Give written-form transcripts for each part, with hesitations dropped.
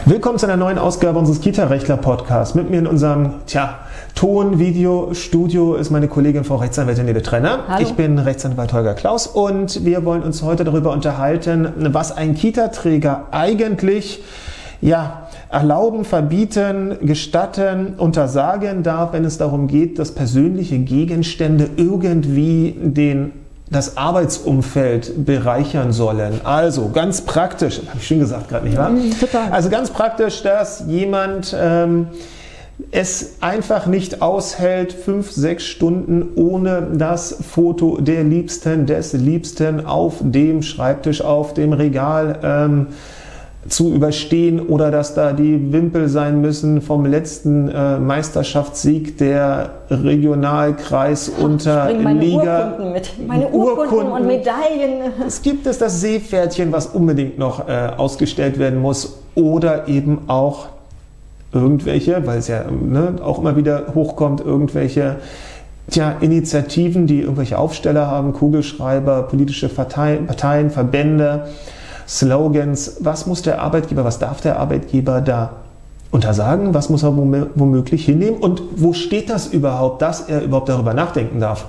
Willkommen zu einer neuen Ausgabe unseres Kita-Rechtler-Podcasts. Mit mir in unserem Ton-Video-Studio ist meine Kollegin Frau Rechtsanwältin Nele Trenner. Hallo. Ich bin Rechtsanwalt Holger Klaus und wir wollen uns heute darüber unterhalten, was ein Kita-Träger eigentlich erlauben, verbieten, gestatten, untersagen darf, wenn es darum geht, dass persönliche Gegenstände irgendwie das Arbeitsumfeld bereichern sollen. Also ganz praktisch, habe ich schön gesagt gerade, nicht wahr? Total. Also ganz praktisch, dass jemand es einfach nicht aushält, 5-6 Stunden ohne das Foto der Liebsten, des Liebsten auf dem Schreibtisch, auf dem Regal zu überstehen, oder dass da die Wimpel sein müssen vom letzten Meisterschaftssieg der Regionalkreis Unterliga. Meine Urkunden mit. Meine Urkunden und Medaillen. Es gibt das Seepferdchen, was unbedingt noch ausgestellt werden muss, oder eben auch irgendwelche, weil es ja auch immer wieder hochkommt, irgendwelche Initiativen, die irgendwelche Aufsteller haben, Kugelschreiber, politische Parteien, Verbände, Slogans. Was muss der Arbeitgeber, was darf der Arbeitgeber da untersagen? Was muss er womöglich hinnehmen? Und wo steht das überhaupt, dass er überhaupt darüber nachdenken darf?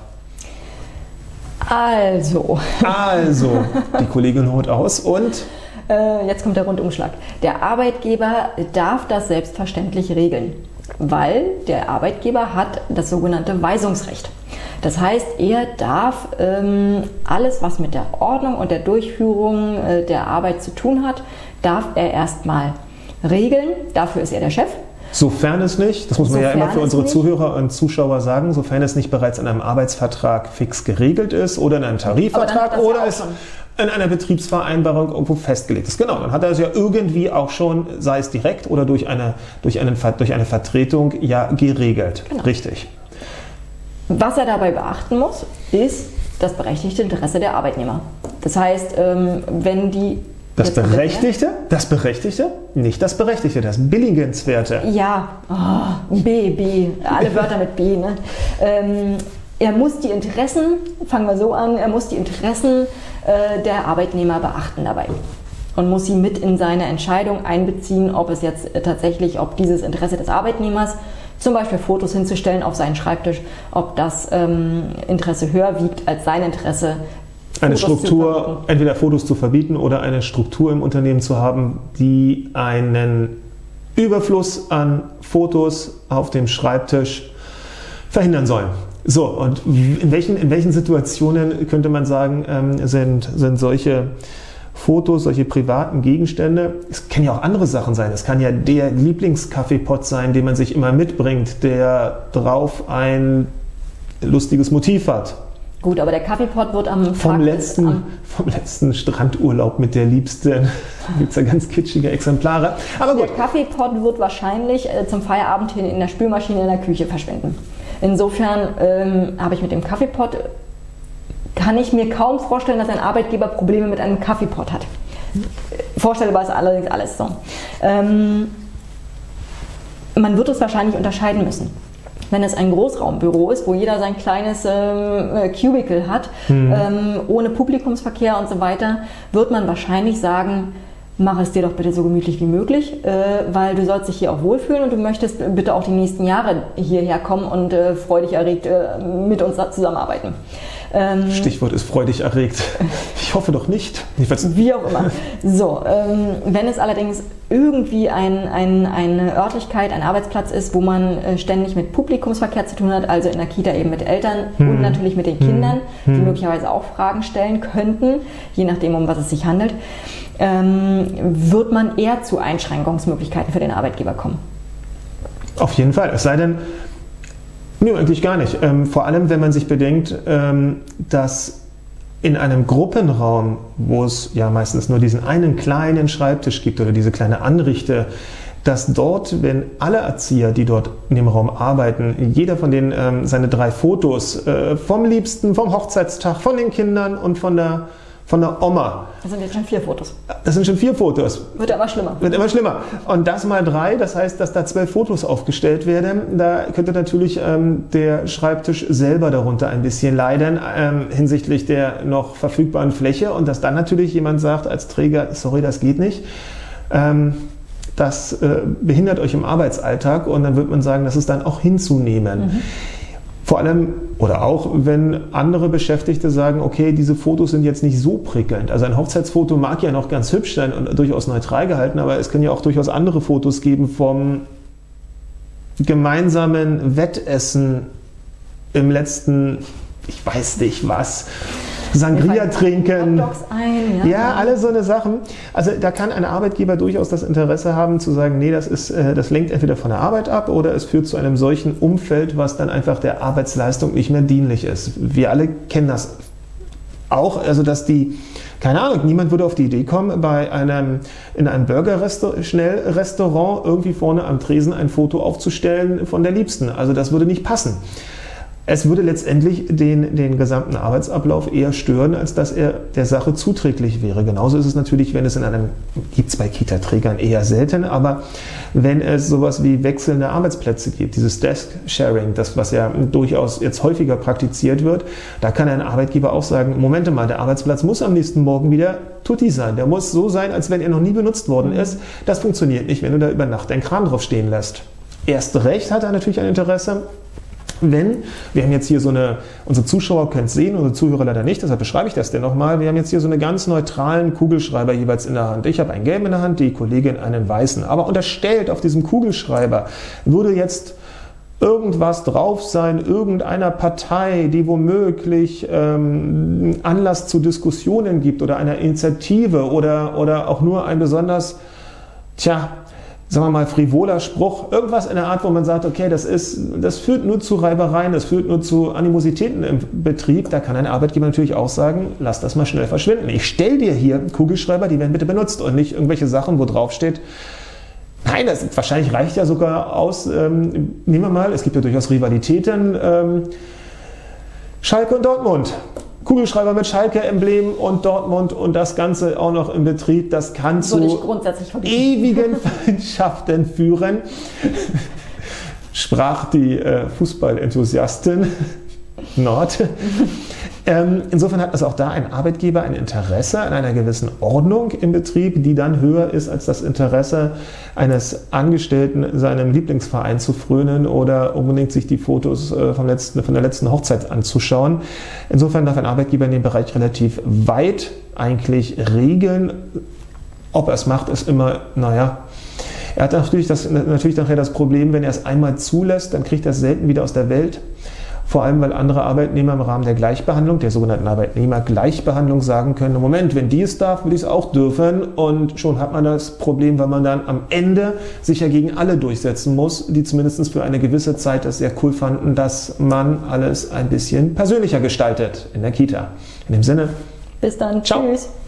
Also, die Kollegin holt aus und... jetzt kommt der Rundumschlag. Der Arbeitgeber darf das selbstverständlich regeln, weil der Arbeitgeber hat das sogenannte Weisungsrecht. Das heißt, er darf alles, was mit der Ordnung und der Durchführung der Arbeit zu tun hat, darf er erstmal regeln. Dafür ist er der Chef. Sofern es nicht, das muss man ja immer für unsere Zuhörer und Zuschauer sagen, sofern es nicht bereits in einem Arbeitsvertrag fix geregelt ist oder in einem Tarifvertrag oder es in einer Betriebsvereinbarung irgendwo festgelegt ist. Genau, dann hat er es ja irgendwie auch schon, sei es direkt oder durch eine Vertretung, geregelt. Genau. Richtig. Was er dabei beachten muss, ist das berechtigte Interesse der Arbeitnehmer. Das heißt, wenn die... Das Berechtigte? Das Berechtigte? Nicht das Berechtigte, das Billigenswerte. Ja, B, alle Wörter mit B. Ne? Er muss die Interessen, fangen wir so an, er muss die Interessen der Arbeitnehmer beachten dabei. Und muss sie mit in seine Entscheidung einbeziehen, ob es jetzt tatsächlich, ob dieses Interesse des Arbeitnehmers, zum Beispiel Fotos hinzustellen auf seinen Schreibtisch, ob das Interesse höher wiegt als sein Interesse, eine Struktur, entweder Fotos zu verbieten oder eine Struktur im Unternehmen zu haben, die einen Überfluss an Fotos auf dem Schreibtisch verhindern soll. So, und in welchen Situationen könnte man sagen, sind solche Fotos, solche privaten Gegenstände, es können ja auch andere Sachen sein. Es kann ja der Lieblingskaffeepot sein, den man sich immer mitbringt, der drauf ein lustiges Motiv hat. Gut, aber der Kaffeepot wird vom letzten Strandurlaub mit der Liebsten. Da gibt es ja ganz kitschige Exemplare. Aber gut. Der Kaffeepot wird wahrscheinlich zum Feierabend hin in der Spülmaschine in der Küche verschwinden. Insofern habe ich mit dem Kaffeepot, kann ich mir kaum vorstellen, dass ein Arbeitgeber Probleme mit einem Kaffeepot hat. Vorstellbar ist allerdings alles so. Man wird es wahrscheinlich unterscheiden müssen. Wenn es ein Großraumbüro ist, wo jeder sein kleines Cubicle hat, ohne Publikumsverkehr und so weiter, wird man wahrscheinlich sagen, mach es dir doch bitte so gemütlich wie möglich, weil du sollst dich hier auch wohlfühlen und du möchtest bitte auch die nächsten Jahre hierher kommen und freudig erregt mit uns zusammenarbeiten. Stichwort ist freudig erregt. Ich hoffe doch nicht. Wie auch immer. So, wenn es allerdings irgendwie eine Örtlichkeit, ein Arbeitsplatz ist, wo man ständig mit Publikumsverkehr zu tun hat, also in der Kita eben mit Eltern und natürlich mit den Kindern, die möglicherweise auch Fragen stellen könnten, je nachdem, um was es sich handelt, wird man eher zu Einschränkungsmöglichkeiten für den Arbeitgeber kommen. Auf jeden Fall. Es sei denn, nö, eigentlich gar nicht. Vor allem, wenn man sich bedenkt, dass in einem Gruppenraum, wo es ja meistens nur diesen einen kleinen Schreibtisch gibt oder diese kleine Anrichte, dass dort, wenn alle Erzieher, die dort in dem Raum arbeiten, jeder von denen seine 3 Fotos vom Liebsten, vom Hochzeitstag, von den Kindern und von der Oma. Das sind jetzt schon 4 Fotos. Das sind schon 4 Fotos. Wird immer schlimmer. Wird immer schlimmer. Und das mal 3, das heißt, dass da 12 Fotos aufgestellt werden. Da könnte natürlich der Schreibtisch selber darunter ein bisschen leiden, hinsichtlich der noch verfügbaren Fläche. Und dass dann natürlich jemand sagt als Träger, sorry, das geht nicht. das behindert euch im Arbeitsalltag und dann wird man sagen, das ist dann auch hinzunehmen. Vor allem oder auch, wenn andere Beschäftigte sagen, okay, diese Fotos sind jetzt nicht so prickelnd. Also ein Hochzeitsfoto mag ja noch ganz hübsch sein und durchaus neutral gehalten, aber es können ja auch durchaus andere Fotos geben vom gemeinsamen Wettessen im letzten, ich weiß nicht was, Sangria trinken. Hotdogs ein, ja, alle so eine Sachen. Also da kann ein Arbeitgeber durchaus das Interesse haben zu sagen, nee, das lenkt entweder von der Arbeit ab oder es führt zu einem solchen Umfeld, was dann einfach der Arbeitsleistung nicht mehr dienlich ist. Wir alle kennen das auch, also dass keine Ahnung, niemand würde auf die Idee kommen, in einem Burger-Schnellrestaurant irgendwie vorne am Tresen ein Foto aufzustellen von der Liebsten. Also das würde nicht passen. Es würde letztendlich den gesamten Arbeitsablauf eher stören, als dass er der Sache zuträglich wäre. Genauso ist es natürlich, wenn es gibt es bei Kita-Trägern eher selten, aber wenn es sowas wie wechselnde Arbeitsplätze gibt, dieses Desk-Sharing, das was ja durchaus jetzt häufiger praktiziert wird, da kann ein Arbeitgeber auch sagen, Moment mal, der Arbeitsplatz muss am nächsten Morgen wieder tutti sein. Der muss so sein, als wenn er noch nie benutzt worden ist. Das funktioniert nicht, wenn du da über Nacht deinen Kram drauf stehen lässt. Erst recht hat er natürlich ein Interesse, wir haben jetzt hier unsere Zuschauer können es sehen, unsere Zuhörer leider nicht, deshalb beschreibe ich das denn nochmal. Wir haben jetzt hier so einen ganz neutralen Kugelschreiber jeweils in der Hand. Ich habe einen gelben in der Hand, die Kollegin einen weißen. Aber unterstellt auf diesem Kugelschreiber würde jetzt irgendwas drauf sein, irgendeiner Partei, die womöglich Anlass zu Diskussionen gibt oder einer Initiative oder auch nur ein besonders, sagen wir mal, frivoler Spruch, irgendwas in der Art, wo man sagt, okay, das führt nur zu Reibereien, das führt nur zu Animositäten im Betrieb, da kann ein Arbeitgeber natürlich auch sagen, lass das mal schnell verschwinden. Ich stelle dir hier Kugelschreiber, die werden bitte benutzt und nicht irgendwelche Sachen, wo drauf steht, nein, wahrscheinlich reicht ja sogar aus, nehmen wir mal, es gibt ja durchaus Rivalitäten, Schalke und Dortmund. Kugelschreiber mit Schalke-Emblem und Dortmund und das Ganze auch noch im Betrieb, das kann zu ewigen Feindschaften führen, sprach die Fußballenthusiastin Nord. Insofern hat also auch da ein Arbeitgeber ein Interesse an einer gewissen Ordnung im Betrieb, die dann höher ist als das Interesse eines Angestellten, seinem Lieblingsverein zu frönen oder unbedingt sich die Fotos von der letzten Hochzeit anzuschauen. Insofern darf ein Arbeitgeber in dem Bereich relativ weit eigentlich regeln. Ob er es macht, ist immer, er hat natürlich nachher das Problem, wenn er es einmal zulässt, dann kriegt er es selten wieder aus der Welt. Vor allem, weil andere Arbeitnehmer im Rahmen der Gleichbehandlung, der sogenannten Arbeitnehmergleichbehandlung sagen können, Moment, wenn die es darf, will ich es auch dürfen. Und schon hat man das Problem, weil man dann am Ende sich ja gegen alle durchsetzen muss, die zumindest für eine gewisse Zeit das sehr cool fanden, dass man alles ein bisschen persönlicher gestaltet in der Kita. In dem Sinne, bis dann. ciao. Tschüss.